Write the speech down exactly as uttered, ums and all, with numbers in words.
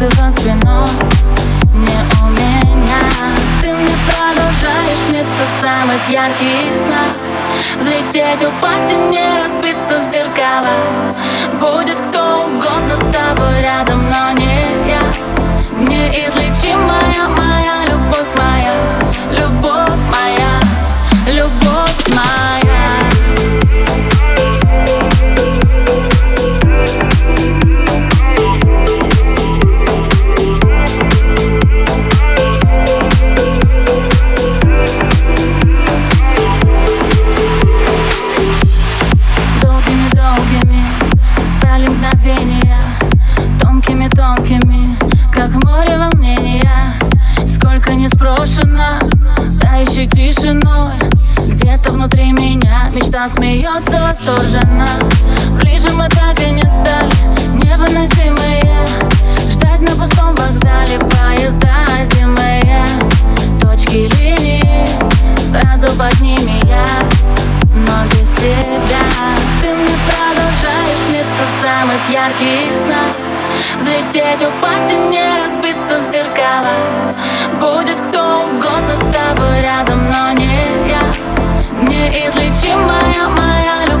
ты за спиной, не у меня. Ты мне продолжаешь сниться в самых ярких снах. Взлететь, упасть и не разбиться в зеркала. Будет кто угодно с тобой рядом, но не я. Неизлечимая моя любовь, моя любовь, моя любовь, моя. Тонкими, как в море волнения. Сколько не спрошено, тающей тишиной. Где-то внутри меня мечта смеется восторженно. Ближе мы так и не стали, невыносимые. Ждать на пустом вокзале поезда зимые. Точки линии, сразу под ними я, но без тебя. Ты мне продолжаешь сниться в самых ярких снах. Взлететь, упасть и не разбиться в зеркала. Будет кто угодно с тобой рядом, но не я. Неизлечимая моя любовь.